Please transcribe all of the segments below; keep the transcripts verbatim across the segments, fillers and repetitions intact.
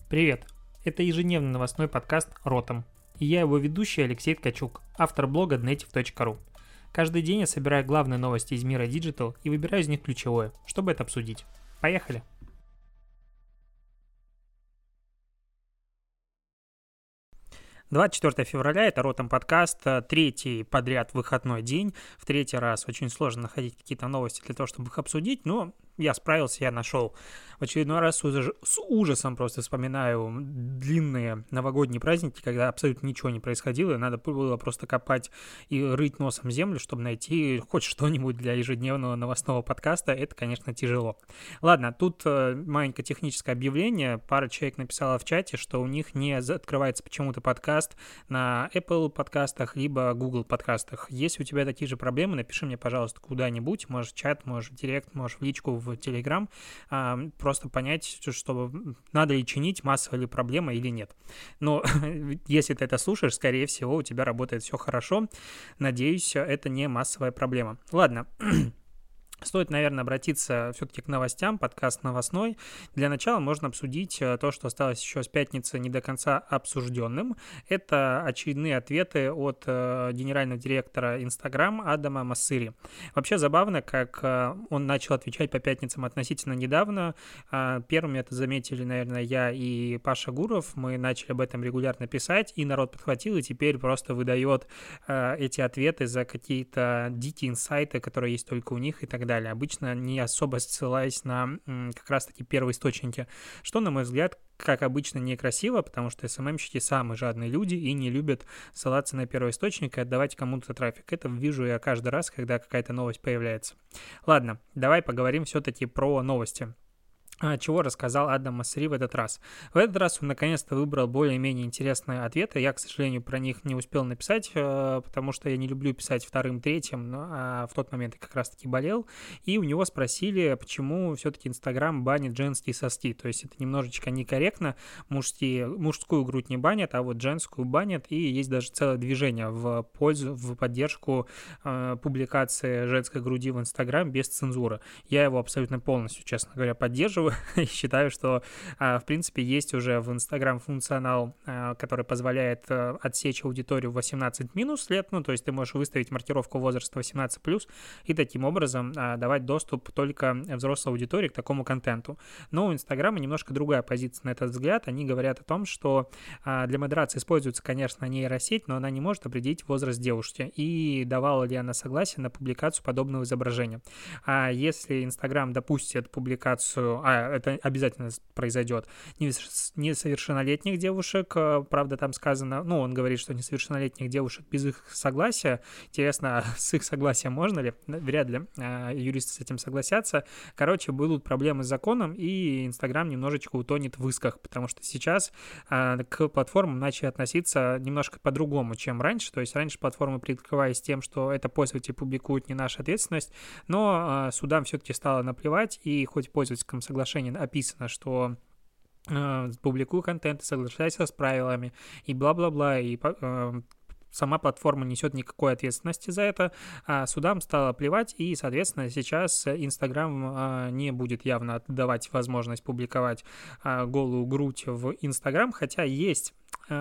Привет! Это ежедневный новостной подкаст «Ротом». И я его ведущий Алексей Ткачук, автор блога днейтив точка ру. Каждый день я собираю главные новости из мира Digital и выбираю из них ключевое, чтобы это обсудить. Поехали! двадцать четвёртого февраля, это «Ротом» подкаст, третий подряд выходной день. В третий раз очень сложно находить какие-то новости для того, чтобы их обсудить, но я справился, я нашел. В очередной раз с ужасом просто вспоминаю длинные новогодние праздники, когда абсолютно ничего не происходило, и надо было просто копать и рыть носом землю, чтобы найти хоть что-нибудь для ежедневного новостного подкаста. Это, конечно, тяжело. Ладно, тут маленькое техническое объявление. Пара человек написала в чате, что у них не открывается почему-то подкаст на Apple подкастах, либо Google подкастах. Если у тебя такие же проблемы, напиши мне, пожалуйста, куда-нибудь, может в чат, может в директ, может в личку, в Telegram, просто понять, что надо ли чинить, массовая ли проблема или нет. Но если ты это слушаешь, скорее всего, у тебя работает все хорошо. Надеюсь, это не массовая проблема. Ладно. Стоит, наверное, обратиться все-таки к новостям, подкаст новостной. Для начала можно обсудить то, что осталось еще с пятницы не до конца обсужденным. Это очередные ответы от генерального директора Instagram Адама Моссери. Вообще забавно, как он начал отвечать по пятницам относительно недавно. Первыми это заметили, наверное, я и Паша Гуров. Мы начали об этом регулярно писать, и народ подхватил, и теперь просто выдает эти ответы за какие-то дикие инсайты, которые есть только у них и так далее. Обычно не особо ссылаясь на как раз-таки первоисточники, что, на мой взгляд, как обычно, некрасиво, потому что эс эм эм-щики самые жадные люди и не любят ссылаться на первоисточник и отдавать кому-то трафик. Это вижу я каждый раз, когда какая-то новость появляется. Ладно, давай поговорим все-таки про новости. Чего рассказал Адам Моссери в этот раз. В этот раз он наконец-то выбрал более-менее интересные ответы. Я, к сожалению, про них не успел написать, потому что я не люблю писать вторым, третьим, но а в тот момент я как раз-таки болел. И у него спросили, почему все-таки Инстаграм банит женские соски. То есть это немножечко некорректно. Мужские, мужскую грудь не банят, а вот женскую банят. И есть даже целое движение в пользу, в поддержку э, публикации женской груди в Инстаграм без цензуры. Я его абсолютно полностью, честно говоря, поддерживаю. И считаю, что, в принципе, есть уже в Instagram функционал, который позволяет отсечь аудиторию восемнадцать минус лет, ну, то есть ты можешь выставить маркировку возраста восемнадцать плюс и таким образом давать доступ только взрослой аудитории к такому контенту. Но у Инстаграма немножко другая позиция на этот взгляд. Они говорят о том, что для модерации используется, конечно, нейросеть, но она не может определить возраст девушки и давала ли она согласие на публикацию подобного изображения. А если Инстаграм допустит публикацию, а это обязательно произойдет, несовершеннолетних девушек, правда, там сказано, ну, он говорит, что несовершеннолетних девушек без их согласия. Интересно, с их согласия можно ли? Вряд ли юристы с этим согласятся. Короче, будут проблемы с законом, и Инстаграм немножечко утонет в исках, потому что сейчас к платформам начали относиться немножко по-другому, чем раньше. То есть раньше платформы, прикрываясь тем, что это пользователи публикуют, не наша ответственность, но судам все-таки стало наплевать, и хоть в пользовательском соглашении описано, что э, публикую контент, соглашайся с правилами и бла-бла-бла, и э, сама платформа несет никакой ответственности за это, а судам стало плевать, и, соответственно, сейчас Инстаграм а, не будет явно отдавать возможность публиковать а, голую грудь в Инстаграм, хотя есть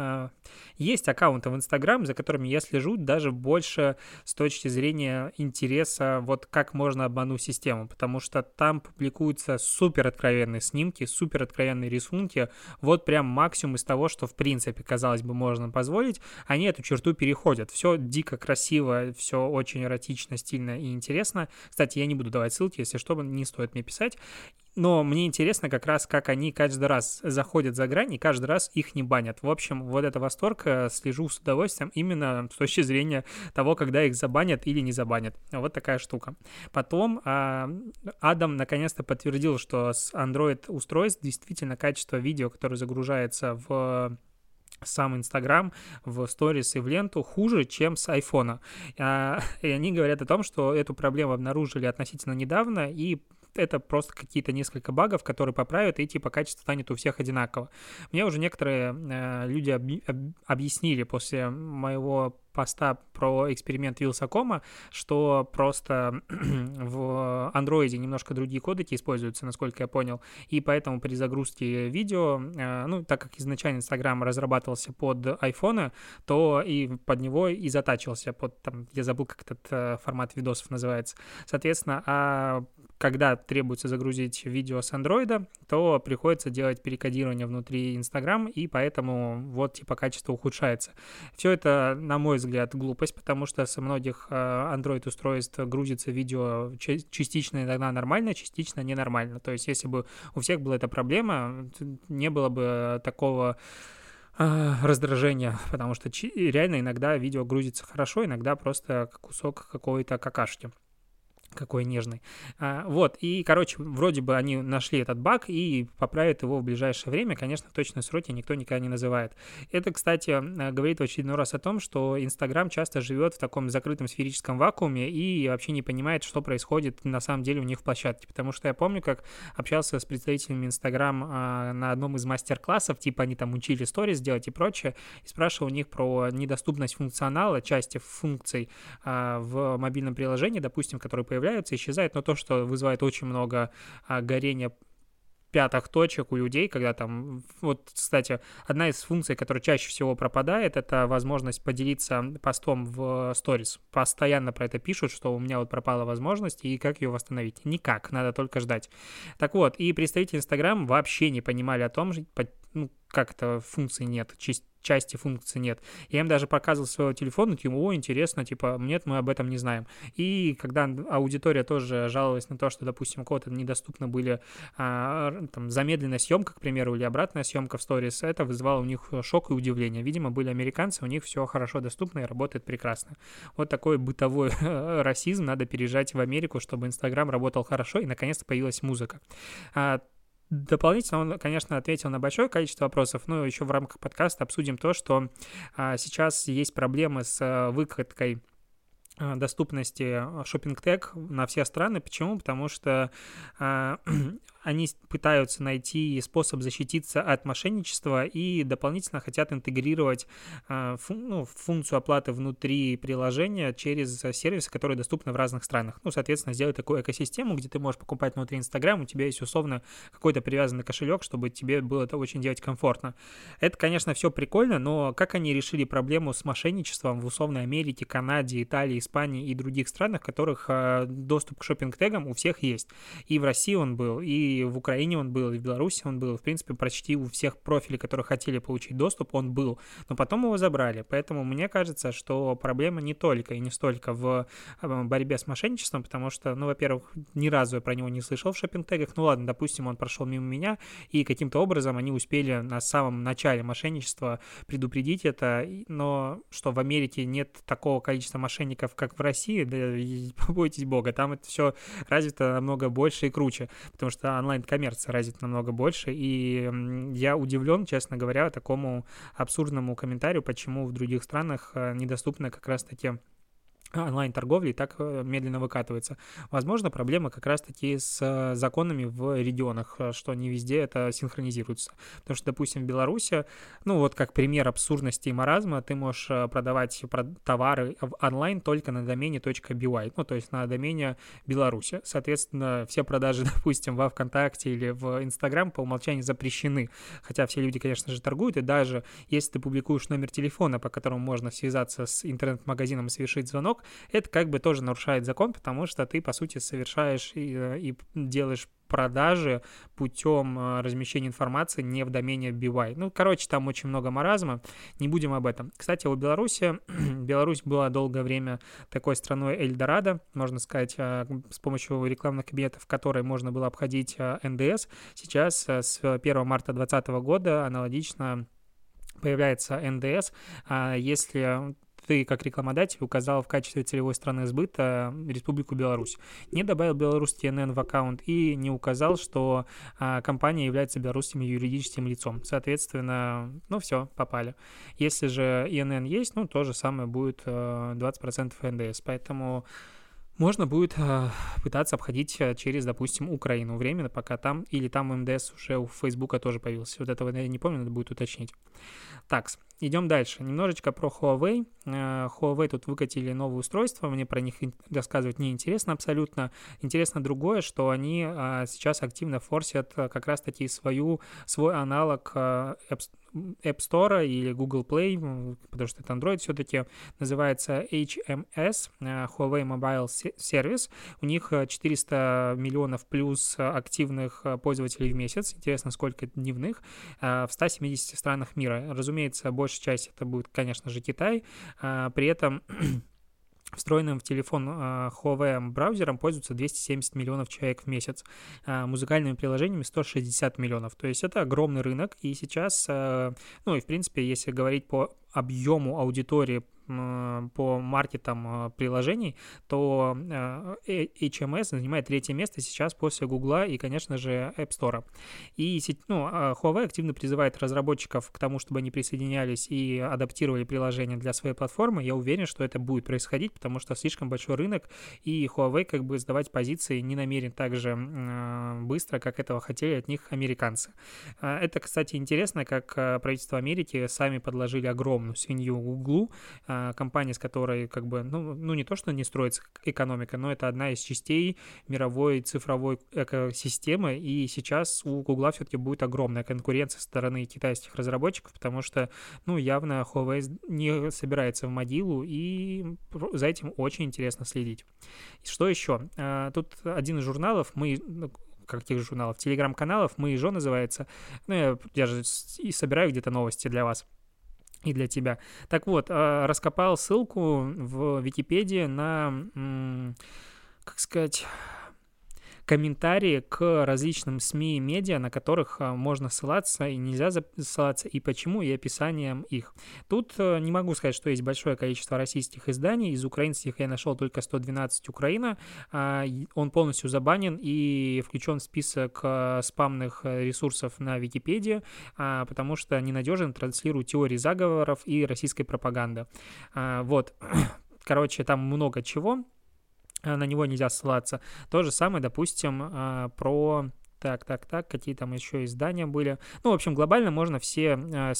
Есть аккаунты в Инстаграм, за которыми я слежу даже больше с точки зрения интереса, вот как можно обмануть систему, потому что там публикуются супер откровенные снимки, супер откровенные рисунки, вот прям максимум из того, что в принципе, казалось бы, можно позволить, они эту черту переходят. Все дико красиво, все очень эротично, стильно и интересно. Кстати, я не буду давать ссылки, если что, не стоит мне писать. Но мне интересно как раз, как они каждый раз заходят за грань и каждый раз их не банят. В общем, вот это восторг, слежу с удовольствием именно с точки зрения того, когда их забанят или не забанят. Вот такая штука. Потом а, Адам наконец-то подтвердил, что с Android-устройств действительно качество видео, которое загружается в сам Инстаграм, в сторис и в ленту хуже, чем с айфона. А, и они говорят о том, что эту проблему обнаружили относительно недавно, и это просто какие-то несколько багов, которые поправят, и типа качество станет у всех одинаково. Мне уже некоторые э, люди об, об, объяснили после моего поста про эксперимент Вилсакома, что просто в андроиде немножко другие кодеки используются, насколько я понял, и поэтому при загрузке видео, ну, так как изначально Инстаграм разрабатывался под айфоны, то и под него и затачивался, под, там, я забыл, как этот формат видосов называется. Соответственно, а когда требуется загрузить видео с андроида, то приходится делать перекодирование внутри Инстаграм, и поэтому вот типа качество ухудшается. Все это, на мой взгляд, глупость, потому что со многих Android-устройств грузится видео частично иногда нормально, частично ненормально. То есть если бы у всех была эта проблема, не было бы такого раздражения, потому что реально иногда видео грузится хорошо, иногда просто кусок какой-то какашки. Какой нежный. А, вот, и, короче, вроде бы они нашли этот баг и поправят его в ближайшее время. Конечно, точные сроки никто никогда не называет. Это, кстати, говорит в очередной раз о том, что Инстаграм часто живет в таком закрытом сферическом вакууме и вообще не понимает, что происходит на самом деле у них в площадке. Потому что я помню, как общался с представителями Инстаграм а, на одном из мастер-классов, типа они там учили сторис делать и прочее, и спрашивал у них про недоступность функционала, части функций а, в мобильном приложении, допустим, которые появляются, появляются, исчезает, но то, что вызывает очень много а, горения пятых точек у людей, когда там, вот, кстати, одна из функций, которая чаще всего пропадает, это возможность поделиться постом в сторис. Постоянно про это пишут, что у меня вот пропала возможность, и как ее восстановить? Никак, надо только ждать. Так вот, и представители Инстаграм вообще не понимали о том, ну, как это функции нет, части функции нет. Я им даже показывал своего телефона, типа, о, интересно, типа, нет, мы об этом не знаем. И когда аудитория тоже жаловалась на то, что, допустим, у кого-то недоступны были а, там, замедленная съемка, к примеру, или обратная съемка в сторис, это вызывало у них шок и удивление. Видимо, были американцы, у них все хорошо доступно и работает прекрасно. Вот такой бытовой расизм надо переезжать в Америку, чтобы Инстаграм работал хорошо, и наконец-то появилась музыка. Дополнительно он, конечно, ответил на большое количество вопросов, но еще в рамках подкаста обсудим то, что а, сейчас есть проблемы с а, выкаткой а, доступности шоппинг-тег на все страны. Почему? Потому что а, они пытаются найти способ защититься от мошенничества и дополнительно хотят интегрировать а, фу, ну, функцию оплаты внутри приложения через сервисы, которые доступны в разных странах. Ну, соответственно, сделать такую экосистему, где ты можешь покупать внутри Инстаграм, у тебя есть условно какой-то привязанный кошелек, чтобы тебе было это очень делать комфортно. Это, конечно, все прикольно, но как они решили проблему с мошенничеством в условной Америке, Канаде, Италии, Испании и других странах, в которых а, доступ к шоппинг-тегам у всех есть. И в России он был, и в Украине он был, и в Беларуси он был. В принципе, почти у всех профилей, которые хотели получить доступ, он был. Но потом его забрали. Поэтому мне кажется, что проблема не только и не столько в борьбе с мошенничеством, потому что, ну, во-первых, ни разу я про него не слышал в шоппинг-тегах. Ну ладно, допустим, он прошел мимо меня, и каким-то образом они успели на самом начале мошенничества предупредить это. Но что в Америке нет такого количества мошенников, как в России, да побойтесь бога, там это все развито намного больше и круче, потому что онлайн-коммерция развита намного больше, и я удивлен, честно говоря, такому абсурдному комментарию, почему в других странах недоступны как раз-таки онлайн-торговли и так медленно выкатывается. Возможно, проблема как раз-таки с законами в регионах, что не везде это синхронизируется. Потому что, допустим, в Беларуси, ну вот как пример абсурдности и маразма, ты можешь продавать товары онлайн только на домене .by, ну то есть на домене Беларуси. Соответственно, все продажи, допустим, во ВКонтакте или в Инстаграм по умолчанию запрещены. Хотя все люди, конечно же, торгуют, и даже если ты публикуешь номер телефона, по которому можно связаться с интернет-магазином и совершить звонок, это как бы тоже нарушает закон, потому что ты, по сути, совершаешь и, и делаешь продажи путем размещения информации не в домене би вай. Ну, короче, там очень много маразма, не будем об этом. Кстати, у Беларуси, Беларусь была долгое время такой страной Эльдорадо, можно сказать, с помощью рекламных кабинетов, которые можно было обходить эн дэ эс. Сейчас, с первого марта двадцать двадцатого года, аналогично появляется эн дэ эс. Если ты как рекламодатель указал в качестве целевой страны сбыта Республику Беларусь, не добавил Беларусь ти эн эн в аккаунт и не указал, что а, компания является белорусским юридическим лицом. Соответственно, ну все, попали. Если же и эн эн есть, ну то же самое будет а, двадцать процентов эн дэ эс. Поэтому можно будет а, пытаться обходить через, допустим, Украину временно, пока там, или там эм дэ эс уже у Фейсбука тоже появился. Вот этого я не помню, надо будет уточнить. Так, идем дальше. Немножечко про Huawei. Huawei тут выкатили новые устройства, мне про них рассказывать не интересно абсолютно. Интересно другое, что они сейчас активно форсят как раз-таки свою, свой аналог App Store или Google Play, потому что это Android все-таки, называется эйч эм эс, Huawei Mobile Service. У них четыреста миллионов плюс активных пользователей в месяц. Интересно, сколько дневных, в ста семидесяти странах мира. Разумеется, большая часть это будет, конечно же, Китай. При этом встроенным в телефон Huawei браузером пользуются двести семьдесят миллионов человек в месяц, музыкальными приложениями сто шестьдесят миллионов. То есть это огромный рынок, и сейчас, ну и в принципе, если говорить по объему аудитории, по маркетам приложений, то эйч эм эс занимает третье место сейчас после Гугла и, конечно же, App Store. И ну, Huawei активно призывает разработчиков к тому, чтобы они присоединялись и адаптировали приложения для своей платформы. Я уверен, что это будет происходить, потому что слишком большой рынок, и Huawei как бы сдавать позиции не намерен так же быстро, как этого хотели от них американцы. Это, кстати, интересно, как правительство Америки сами подложили огромную свинью Гуглу, компания, с которой как бы, ну, ну не то, что не строится экономика, но это одна из частей мировой цифровой экосистемы, и сейчас у Гугла все-таки будет огромная конкуренция со стороны китайских разработчиков, потому что, ну, явно Huawei не собирается в могилу, и за этим очень интересно следить. Что еще? Тут один из журналов, мы... каких журналов, телеграм-каналов, «Мы и Жо» называется, ну, я, я же и собираю где-то новости для вас и для тебя. Так вот, раскопал ссылку в Википедии на, как сказать, комментарии к различным СМИ и медиа, на которых можно ссылаться и нельзя ссылаться, и почему, и описанием их. Тут не могу сказать, что есть большое количество российских изданий. Из украинских я нашел только сто двенадцать Украина. Он полностью забанен и включен в список спамных ресурсов на Википедии, потому что ненадежен, транслирует теории заговоров и российской пропаганды. Вот. Короче, там много чего. На него нельзя ссылаться. То же самое, допустим, про... Так, так, так, какие там еще издания были. Ну, в общем, глобально можно все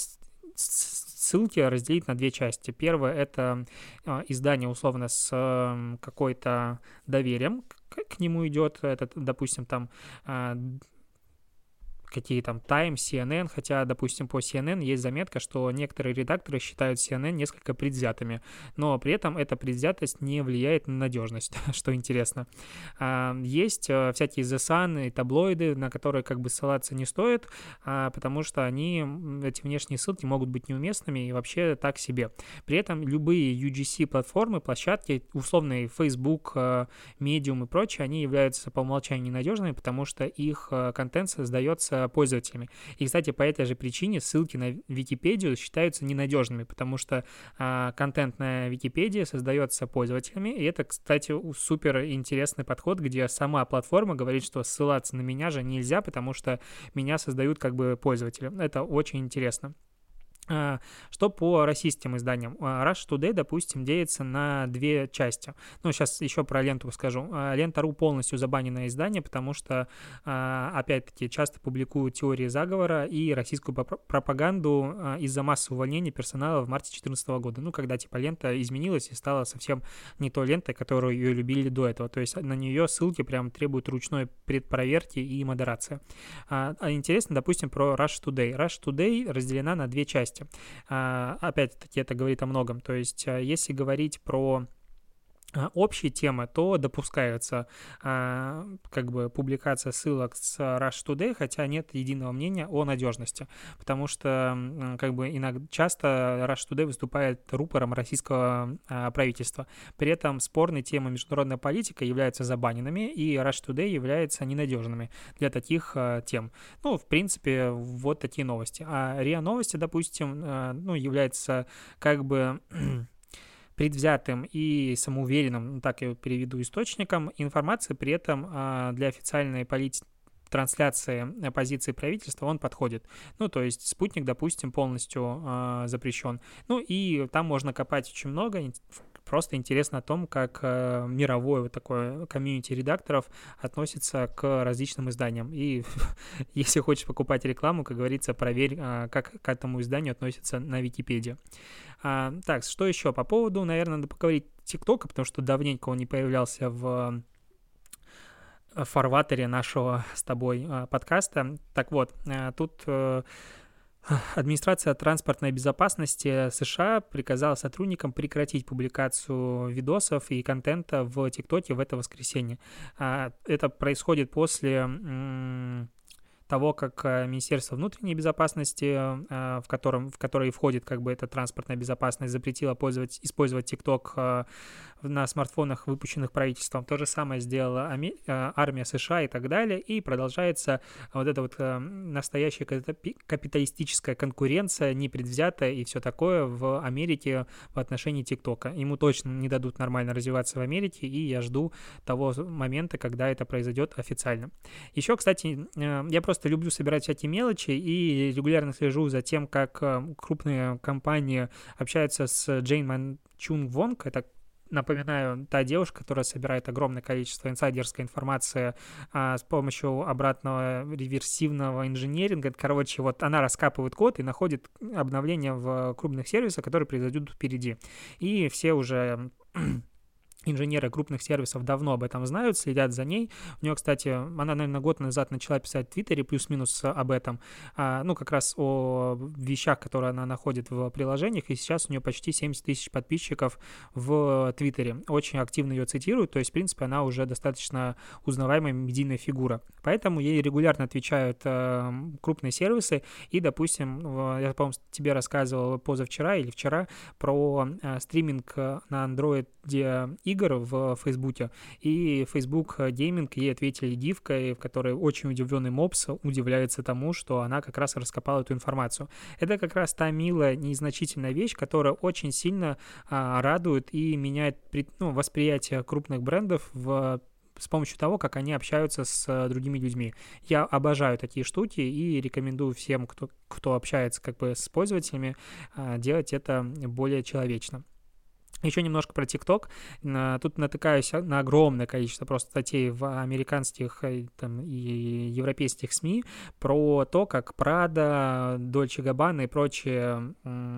ссылки разделить на две части. Первое — это издание, условно, с какой-то доверием к нему идет. Это, допустим, там... какие там Time, си эн эн, хотя, допустим, по си эн эн есть заметка, что некоторые редакторы считают си эн эн несколько предвзятыми, но при этом эта предвзятость не влияет на надежность, что интересно. Есть всякие The Sun и таблоиды, на которые как бы ссылаться не стоит, потому что они, эти внешние ссылки могут быть неуместными и вообще так себе. При этом любые ю джи си-платформы, площадки, условные Facebook, Medium и прочее, они являются по умолчанию ненадежными, потому что их контент создается пользователями. И, кстати, по этой же причине ссылки на Википедию считаются ненадежными, потому что а, контент на Википедии создается пользователями, и это, кстати, супер интересный подход, где сама платформа говорит, что ссылаться на меня же нельзя, потому что меня создают как бы пользователи. Это очень интересно. Что по российским изданиям? Russia Today, допустим, делится на две части. Ну, сейчас еще про ленту скажу. Лента.ру полностью забаненное издание, потому что, опять-таки, часто публикуют теории заговора и российскую пропаганду из-за массового увольнения персонала в марте две тысячи четырнадцатого года. Ну, когда, типа, лента изменилась и стала совсем не той лентой, которую ее любили до этого. То есть на нее ссылки прям требуют ручной предпроверки и модерации. А интересно, допустим, про Russia Today. Russia Today разделена на две части. Опять-таки это говорит о многом. То есть если говорить про общие темы, то допускается а, как бы публикация ссылок с Russia Today, хотя нет единого мнения о надежности, потому что как бы иногда часто Russia Today выступает рупором российского а, правительства. При этом спорные темы международная политика являются забаненными, и Russia Today являются ненадежными для таких а, тем. Ну, в принципе, вот такие новости. А РИА Новости, допустим, а, ну, является как бы предвзятым и самоуверенным, так я переведу, источником информации, при этом для официальной политики трансляции позиции правительства он подходит. Ну, то есть спутник, допустим, полностью э, запрещен. Ну, и там можно копать очень много. просто интересно о том, как э, мировое вот такое комьюнити редакторов относится к различным изданиям. И если хочешь покупать рекламу, как говорится, проверь, э, как к этому изданию относится на Википедии. А, так, что еще по поводу, наверное, надо поговорить ТикТока, потому что давненько он не появлялся в фарватере нашего с тобой э, подкаста. Так вот, э, тут... Э, Администрация транспортной безопасности США приказала сотрудникам прекратить публикацию видосов и контента в ТикТоке в это воскресенье. Это происходит после того, как Министерство внутренней безопасности, в, котором, в которое входит как бы эта транспортная безопасность, запретило пользовать, использовать TikTok на смартфонах, выпущенных правительством. То же самое сделала армия США и так далее. И продолжается вот эта вот настоящая капиталистическая конкуренция, непредвзятая и все такое в Америке в отношении ТикТока. Ему точно не дадут нормально развиваться в Америке, и я жду того момента, когда это произойдет официально. Еще, кстати, я просто люблю собирать всякие мелочи и регулярно слежу за тем, как крупные компании общаются с Джейн Манчун Вонг. Это, напоминаю, та девушка, которая собирает огромное количество инсайдерской информации а, с помощью обратного реверсивного инженеринга. Короче, вот она раскапывает код и находит обновления в крупных сервисах, которые произойдут впереди. И все уже... инженеры крупных сервисов давно об этом знают, следят за ней. У нее, кстати, она, наверное, год назад начала писать в Твиттере плюс-минус об этом, а, ну, как раз о вещах, которые она находит в приложениях, и сейчас у нее почти семьдесят тысяч подписчиков в Твиттере. Очень активно ее цитируют, то есть, в принципе, она уже достаточно узнаваемая медийная фигура. Поэтому ей регулярно отвечают э, крупные сервисы, и, допустим, я, по-моему, тебе рассказывал позавчера или вчера про э, стриминг на Android игр в Фейсбуке, и Facebook Gaming ей ответили дивкой, в которой очень удивленный мопс удивляется тому, что она как раз раскопала эту информацию. Это как раз та милая, незначительная вещь, которая очень сильно а, радует и меняет ну, восприятие крупных брендов в с помощью того, как они общаются с другими людьми. Я обожаю такие штуки и рекомендую всем, кто, кто общается как бы с пользователями, делать это более человечно. Еще немножко про TikTok. Тут натыкаюсь на огромное количество просто статей в американских там, и европейских СМИ про то, как Prada, Dolce Gabbana и прочие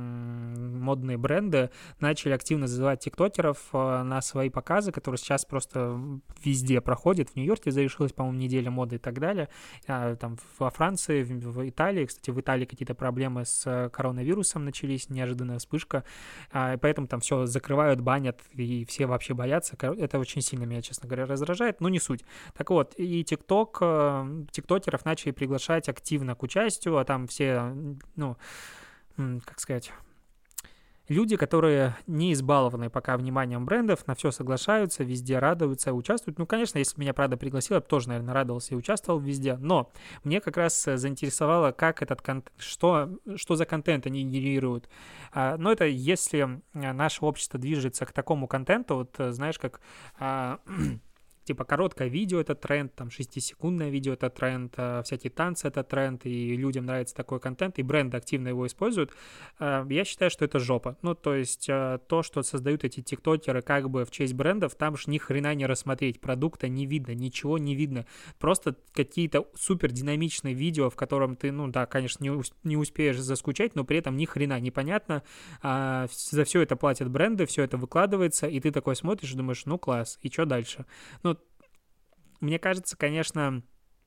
м- модные бренды начали активно зазывать тиктокеров на свои показы, которые сейчас просто везде проходят. В Нью-Йорке завершилась, по-моему, неделя моды и так далее. А, там, во Франции, в, в Италии. Кстати, в Италии какие-то проблемы с коронавирусом начались, неожиданная вспышка. А, поэтому там все закрывается, банят, и все вообще боятся. Это очень сильно меня, честно говоря, раздражает, но не суть. Так вот, и ТикТок, тиктокеров начали приглашать активно к участию, а там все, ну, как сказать... люди, которые не избалованы пока вниманием брендов, на все соглашаются, везде радуются, участвуют. Ну, конечно, если бы меня Prada пригласила, я бы тоже, наверное, радовался и участвовал везде. Но мне как раз заинтересовало, как этот контент, что, что за контент они генерируют. А, но это если наше общество движется к такому контенту, вот знаешь, как... А, типа короткое видео — это тренд, там шестисекундное видео — это тренд, всякие танцы — это тренд, и людям нравится такой контент, и бренды активно его используют. Я считаю, что это жопа. Ну, то есть то, что создают эти тиктокеры как бы в честь брендов, там же ни хрена не рассмотреть, продукта не видно, ничего не видно. Просто какие-то супер динамичные видео, в котором ты, ну да, конечно, не, не успеешь заскучать, но при этом ни хрена непонятно. За все это платят бренды, все это выкладывается, и ты такой смотришь и думаешь, ну класс, и что дальше? Ну, мне кажется, конечно,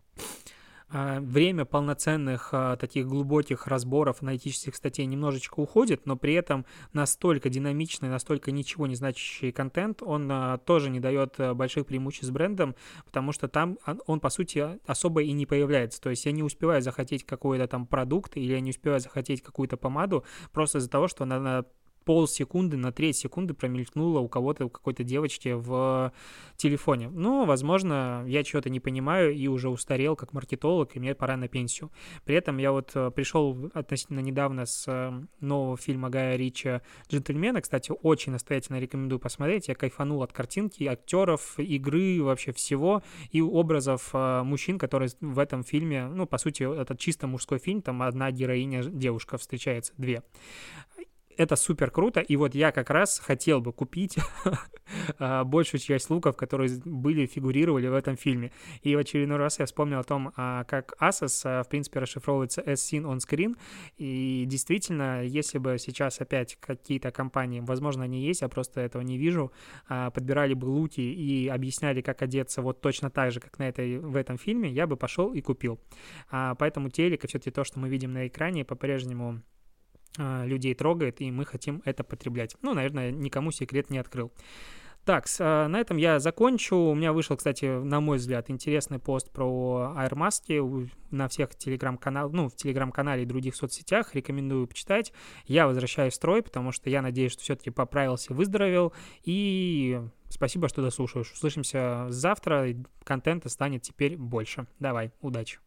время полноценных таких глубоких разборов аналитических статей немножечко уходит, но при этом настолько динамичный, настолько ничего не значащий контент, он тоже не дает больших преимуществ брендам, потому что там он, по сути, особо и не появляется. То есть я не успеваю захотеть какой-то там продукт, или я не успеваю захотеть какую-то помаду просто из-за того, что она на полсекунды, на треть секунды промелькнуло у кого-то, у какой-то девочки в телефоне. Ну, возможно, я чего-то не понимаю и уже устарел как маркетолог, и мне пора на пенсию. При этом я вот пришел относительно недавно с нового фильма Гая Ричи «Джентльмены». Кстати, очень настоятельно рекомендую посмотреть. Я кайфанул от картинки, актеров, игры, вообще всего, и образов мужчин, которые в этом фильме, ну, по сути, это чисто мужской фильм, там одна героиня, девушка встречается, две. это супер круто, и вот я как раз хотел бы купить большую часть луков, которые были, фигурировали в этом фильме. И в очередной раз я вспомнил о том, как Asus, в принципе, расшифровывается as seen on screen, и действительно, если бы сейчас опять какие-то компании, возможно, они есть, я просто этого не вижу, подбирали бы луки и объясняли, как одеться вот точно так же, как на этой, в этом фильме, я бы пошел и купил. Поэтому телек и все-таки то, что мы видим на экране, по-прежнему людей трогает, и мы хотим это потреблять. Ну, наверное, никому секрет не открыл. Так, на этом я закончу. У меня вышел, кстати, на мой взгляд, интересный пост про Air Mask на всех телеграм-каналах, ну, в телеграм-канале и других соцсетях. Рекомендую почитать. Я возвращаюсь в строй, потому что я надеюсь, что все-таки поправился, выздоровел. И спасибо, что дослушаешь. Услышимся завтра. Контента станет теперь больше. Давай, удачи.